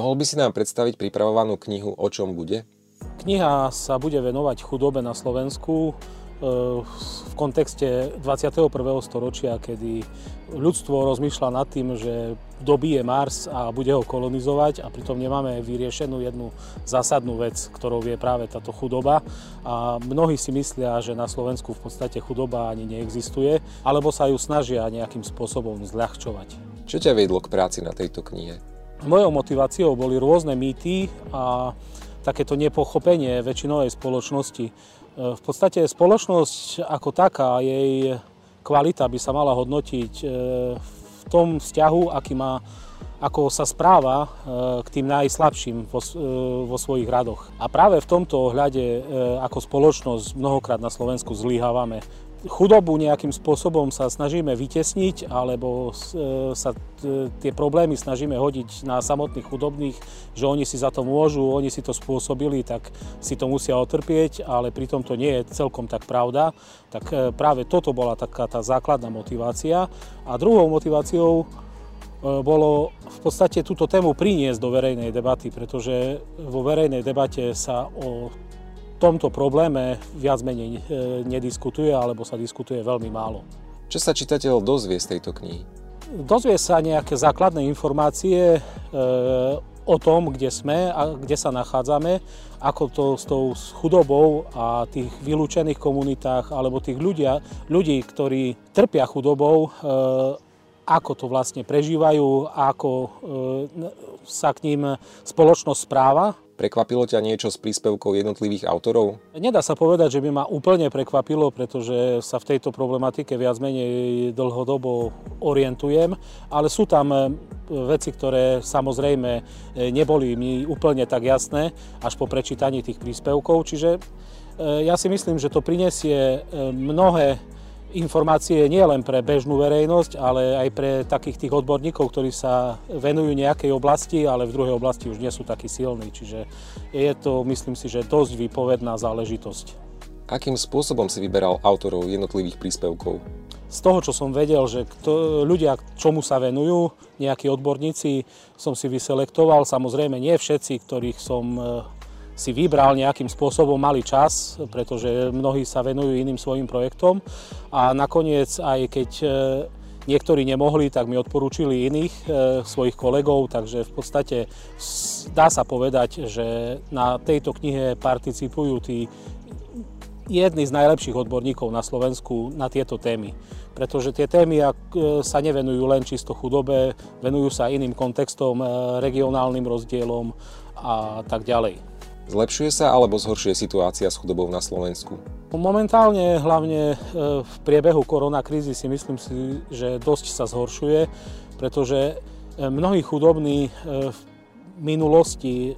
Mohol by si nám predstaviť pripravovanú knihu O čom bude? Kniha sa bude venovať chudobe na Slovensku v kontexte 21. storočia, kedy ľudstvo rozmýšľa nad tým, že dobije Mars a bude ho kolonizovať, a pritom nemáme vyriešenú jednu zásadnú vec, ktorou je práve táto chudoba. A mnohí si myslia, že na Slovensku v podstate chudoba ani neexistuje, alebo sa ju snažia nejakým spôsobom zľahčovať. Čo ťa viedlo k práci na tejto knihe? Mojou motiváciou boli rôzne mýty a takéto nepochopenie väčšinovej spoločnosti. V podstate spoločnosť ako taká, jej kvalita by sa mala hodnotiť v tom vzťahu, ako sa správa k tým najslabším vo svojich radoch. A práve v tomto ohľade ako spoločnosť mnohokrát na Slovensku zlyhávame. Chudobu nejakým spôsobom sa snažíme vytesniť, alebo sa tie problémy snažíme hodiť na samotných chudobných, že oni si za to môžu, oni si to spôsobili, tak si to musia otrpieť, ale pritom to nie je celkom tak pravda. Tak práve toto bola taká tá základná motivácia. A druhou motiváciou bolo v podstate túto tému priniesť do verejnej debaty, pretože vo verejnej debate sa o tomto probléme viac menej nediskutuje, alebo sa diskutuje veľmi málo. Čo sa čitateľ dozvie z tejto knihy? Dozvie sa nejaké základné informácie o tom, kde sme a kde sa nachádzame, ako to s tou chudobou a tých vylúčených komunitách, alebo tých ľudí, ktorí trpia chudobou, ako to vlastne prežívajú, ako sa k ním spoločnosť správa. Prekvapilo ťa niečo z príspevkov jednotlivých autorov? Nedá sa povedať, že by ma úplne prekvapilo, pretože sa v tejto problematike viac menej dlhodobo orientujem, ale sú tam veci, ktoré samozrejme neboli mi úplne tak jasné až po prečítaní tých príspevkov, čiže ja si myslím, že to prinesie mnohé informácie nie len pre bežnú verejnosť, ale aj pre takých tých odborníkov, ktorí sa venujú nejakej oblasti, ale v druhej oblasti už nie sú takí silní. Čiže je to, myslím si, že dosť výpovedná záležitosť. Akým spôsobom si vyberal autorov jednotlivých príspevkov? Z toho, čo som vedel, že ľudia, čomu sa venujú, nejakí odborníci, som si vyselektoval. Samozrejme, nie všetci, ktorých som si vybral nejakým spôsobom, mali čas, pretože mnohí sa venujú iným svojim projektom. A nakoniec, aj keď niektorí nemohli, tak mi odporúčili iných svojich kolegov, takže v podstate dá sa povedať, že na tejto knihe participujú tí jedni z najlepších odborníkov na Slovensku na tieto témy. Pretože tie témy sa nevenujú len čisto chudobe, venujú sa iným kontextom, regionálnym rozdielom a tak ďalej. Zlepšuje sa alebo zhoršuje situácia s chudobou na Slovensku? Momentálne, hlavne v priebehu koronakrízy, si myslím si, že dosť sa zhoršuje, pretože mnohí chudobní v minulosti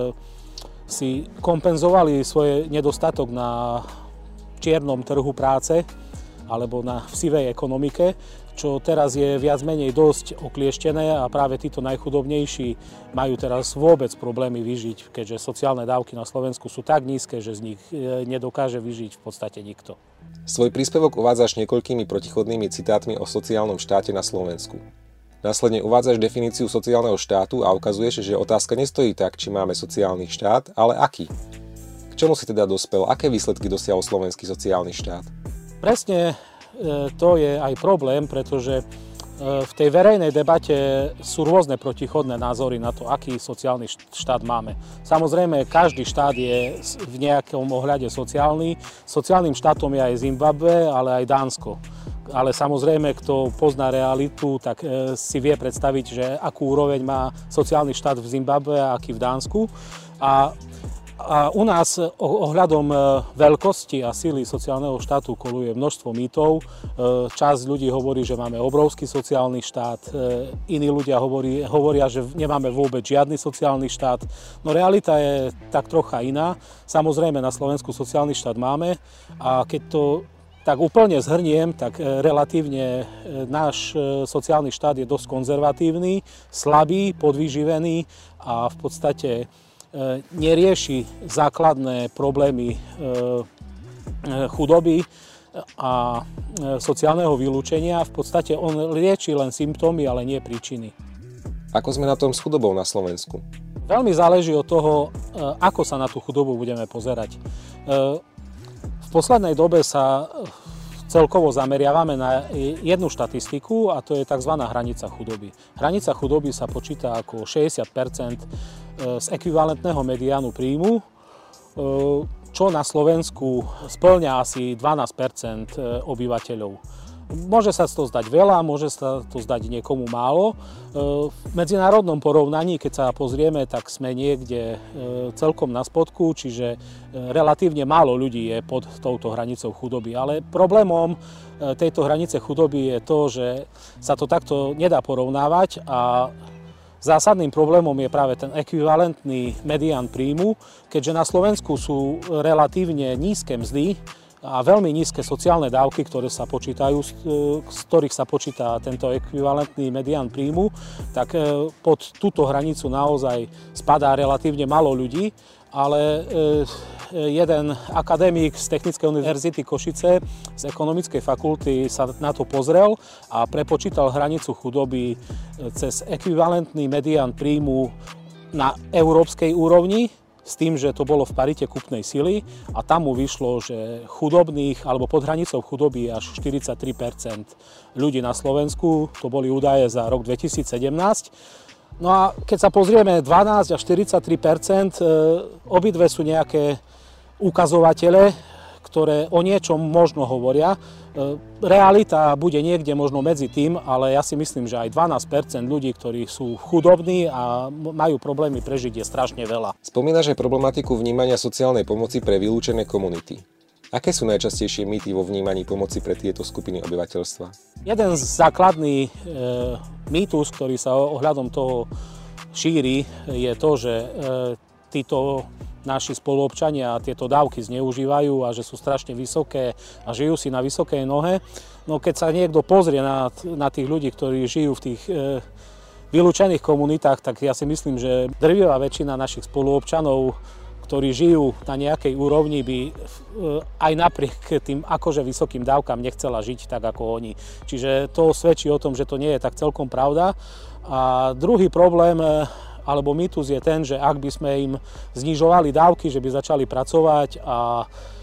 si kompenzovali svoj nedostatok na čiernom trhu práce alebo v sivej ekonomike, čo teraz je viac menej dosť oklieštené, a práve títo najchudobnejší majú teraz vôbec problémy vyžiť, keďže sociálne dávky na Slovensku sú tak nízke, že z nich nedokáže vyžiť v podstate nikto. Svoj príspevok uvádzaš niekoľkými protichodnými citátmi o sociálnom štáte na Slovensku. Následne uvádzaš definíciu sociálneho štátu a ukazuješ, že otázka nestojí tak, či máme sociálny štát, ale aký. K čomu si teda dospel? Aké výsledky dosiahol slovenský sociálny štát? Presne to je aj problém, pretože v tej verejnej debate sú rôzne protichodné názory na to, aký sociálny štát máme. Samozrejme, každý štát je v nejakom ohľade sociálny. Sociálnym štátom je aj Zimbabwe, ale aj Dánsko. Ale samozrejme, kto pozná realitu, tak si vie predstaviť, že akú úroveň má sociálny štát v Zimbabwe a aký v Dánsku. A u nás ohľadom veľkosti a síly sociálneho štátu koluje množstvo mýtov. Časť ľudí hovorí, že máme obrovský sociálny štát, iní ľudia hovoria, že nemáme vôbec žiadny sociálny štát. No realita je tak trocha iná. Samozrejme, na Slovensku sociálny štát máme, a keď to tak úplne zhrniem, tak relatívne náš sociálny štát je dosť konzervatívny, slabý, podvyživený a v podstate nerieši základné problémy chudoby a sociálneho vylúčenia. V podstate on lieči len symptómy, ale nie príčiny. Ako sme na tom s chudobou na Slovensku? Veľmi záleží od toho, ako sa na tú chudobu budeme pozerať. V poslednej dobe sa celkovo zameriavame na jednu štatistiku a to je tzv. Hranica chudoby. Hranica chudoby sa počíta ako 60% z ekvivalentného mediánu príjmu, čo na Slovensku spĺňa asi 12% obyvateľov. Môže sa to zdať veľa, môže sa to zdať niekomu málo. V medzinárodnom porovnaní, keď sa pozrieme, tak sme niekde celkom na spodku, čiže relatívne málo ľudí je pod touto hranicou chudoby. Ale problémom tejto hranice chudoby je to, že sa to takto nedá porovnávať a zásadným problémom je práve ten ekvivalentný medián príjmu, keďže na Slovensku sú relatívne nízke mzdy a veľmi nízke sociálne dávky, ktoré sa počítajú, z ktorých sa počíta tento ekvivalentný medián príjmu, tak pod túto hranicu naozaj spadá relatívne málo ľudí, ale jeden akadémik z Technickej univerzity Košice z ekonomickej fakulty sa na to pozrel a prepočítal hranicu chudoby cez ekvivalentný medián príjmu na európskej úrovni, s tým, že to bolo v parite kúpnej sily a tam mu vyšlo, že chudobných alebo pod hranicou chudoby je až 43% ľudí na Slovensku. To boli údaje za rok 2017. No a keď sa pozrieme 12 až 43%, obidve sú nejaké ukazovatele, ktoré o niečom možno hovoria. Realita bude niekde možno medzi tým, ale ja si myslím, že aj 12% ľudí, ktorí sú chudobní a majú problémy prežiť, je strašne veľa. Spomínaš aj problematiku vnímania sociálnej pomoci pre vylúčené komunity. Aké sú najčastejšie mýty vo vnímaní pomoci pre tieto skupiny obyvateľstva? Jeden základný mýtus, ktorý sa ohľadom toho šíri, je to, že títo naši spoluobčania tieto dávky zneužívajú a že sú strašne vysoké a žijú si na vysokej nohe. No keď sa niekto pozrie na tých ľudí, ktorí žijú v tých vylúčených komunitách, tak ja si myslím, že drvivá väčšina našich spoluobčanov, ktorí žijú na nejakej úrovni, by aj napriek tým akože vysokým dávkam nechcela žiť tak ako oni. Čiže to svedčí o tom, že to nie je tak celkom pravda. A druhý problém alebo mýtus je ten, že ak by sme im znižovali dávky, že by začali pracovať a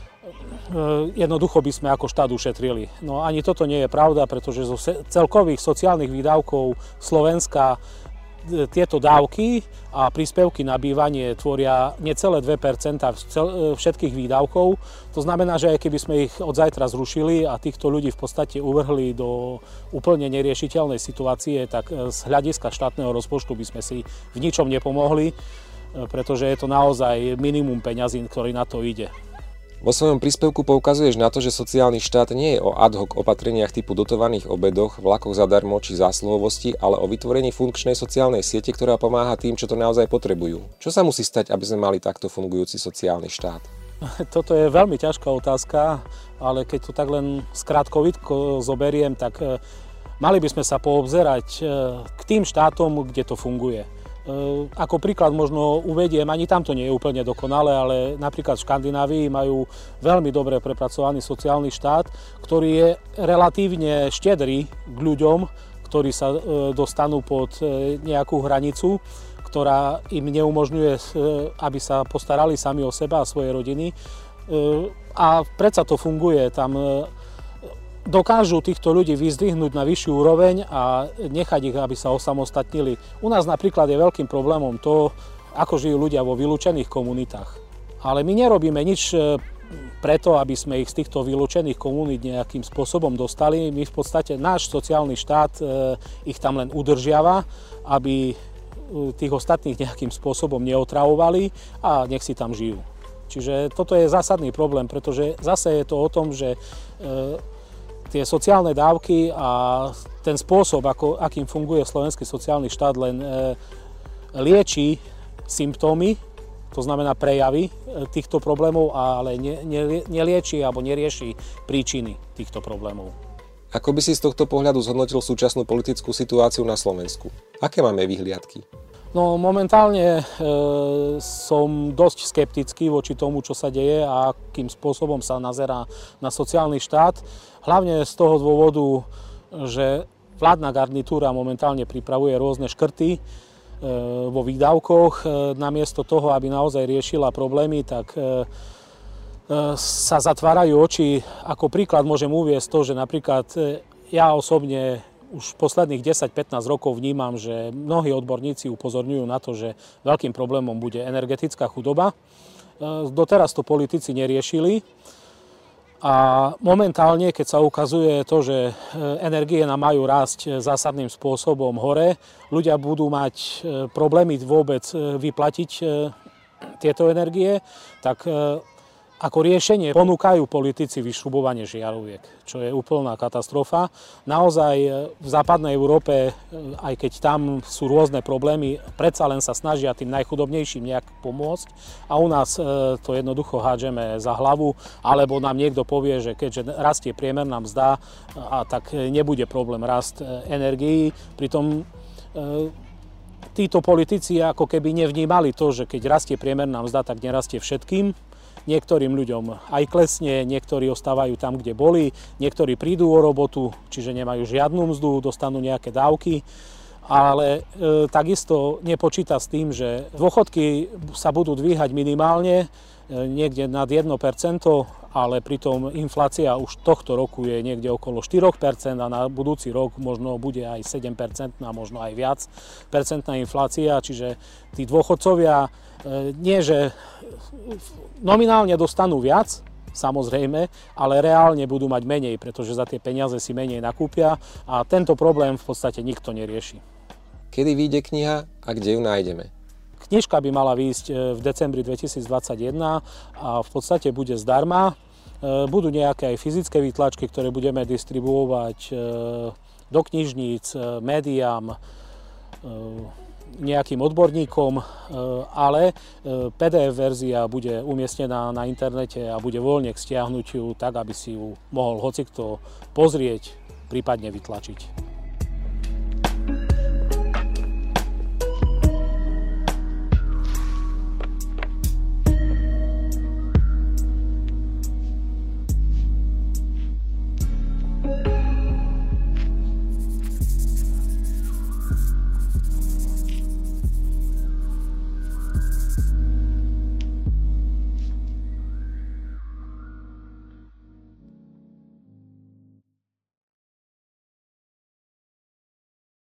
jednoducho by sme ako štát ušetrili. No ani toto nie je pravda, pretože zo celkových sociálnych výdavkov Slovenska tieto dávky a príspevky na bývanie tvoria necelé 2% všetkých výdavkov. To znamená, že aj keby sme ich od zajtra zrušili a týchto ľudí v podstate uvrhli do úplne neriešiteľnej situácie, tak z hľadiska štátneho rozpočtu by sme si v ničom nepomohli, pretože je to naozaj minimum peňazí, ktorý na to ide. Vo svojom príspevku poukazuješ na to, že sociálny štát nie je o ad hoc opatreniach typu dotovaných obedoch, vlakoch zadarmo či zásluhovosti, ale o vytvorení funkčnej sociálnej siete, ktorá pomáha tým, čo to naozaj potrebujú. Čo sa musí stať, aby sme mali takto fungujúci sociálny štát? Toto je veľmi ťažká otázka, ale keď to tak len skrátkovitko zoberiem, tak mali by sme sa poobzerať k tým štátom, kde to funguje. Ako príklad možno uvediem, ani tam to nie je úplne dokonalé, ale napríklad v Škandinávii majú veľmi dobre prepracovaný sociálny štát, ktorý je relatívne štedrý k ľuďom, ktorí sa dostanú pod nejakú hranicu, ktorá im neumožňuje, aby sa postarali sami o seba a svoje rodiny. A predsa to funguje, tam dokážu týchto ľudí vyzdvihnúť na vyššiu úroveň a nechať ich, aby sa osamostatnili. U nás napríklad je veľkým problémom to, ako žijú ľudia vo vylúčených komunitách. Ale my nerobíme nič preto, aby sme ich z týchto vylúčených komunít nejakým spôsobom dostali. My v podstate, náš sociálny štát ich tam len udržiava, aby tých ostatných nejakým spôsobom neotravovali a nech si tam žijú. Čiže toto je zásadný problém, pretože zase je to o tom, že tie sociálne dávky a ten spôsob, akým funguje slovenský sociálny štát, len lieči symptómy, to znamená prejavy týchto problémov, ale nelieči alebo nerieši príčiny týchto problémov. Ako by si z tohto pohľadu zhodnotil súčasnú politickú situáciu na Slovensku? Aké máme vyhliadky? No momentálne som dosť skeptický voči tomu, čo sa deje a akým spôsobom sa nazerá na sociálny štát. Hlavne z toho dôvodu, že vládna garnitúra momentálne pripravuje rôzne škrty vo výdavkoch. Namiesto toho, aby naozaj riešila problémy, tak sa zatvárajú oči. Ako príklad môžem uviesť to, že napríklad ja osobne už posledných 10-15 rokov vnímam, že mnohí odborníci upozorňujú na to, že veľkým problémom bude energetická chudoba. Doteraz to politici neriešili. A momentálne, keď sa ukazuje to, že energie nám majú rásť zásadným spôsobom hore, ľudia budú mať problémy vôbec vyplatiť tieto energie, tak ako riešenie ponúkajú politici vyšrubovanie žiaroviek, čo je úplná katastrofa. Naozaj v západnej Európe, aj keď tam sú rôzne problémy, predsa len sa snažia tým najchudobnejším nejak pomôcť a u nás to jednoducho hádžeme za hlavu, alebo nám niekto povie, že keďže rastie priemerná mzda, tak nebude problém rast energií. Pritom títo politici ako keby nevnímali to, že keď rastie priemerná mzda, tak nerastie všetkým. Niektorým ľuďom aj klesne, niektorí ostávajú tam, kde boli, niektorí prídu o robotu, čiže nemajú žiadnu mzdu, dostanú nejaké dávky, ale takisto nepočíta s tým, že dôchodky sa budú dvíhať minimálne, niekde nad 1%, ale pritom inflácia už tohto roku je niekde okolo 4% a na budúci rok možno bude aj 7%, a možno aj viac percentná inflácia, čiže tí dôchodcovia nie, že nominálne dostanú viac, samozrejme, ale reálne budú mať menej, pretože za tie peniaze si menej nakúpia a tento problém v podstate nikto nerieši. Kedy vyjde kniha a kde ju nájdeme? Knižka by mala výjsť v decembri 2021 a v podstate bude zdarma. Budú nejaké aj fyzické výtlačky, ktoré budeme distribuovať do knižníc, médiám, nejakým odborníkom, ale PDF verzia bude umiestnená na internete a bude voľne k stiahnutiu tak, aby si ju mohol hocikto pozrieť, prípadne vytlačiť.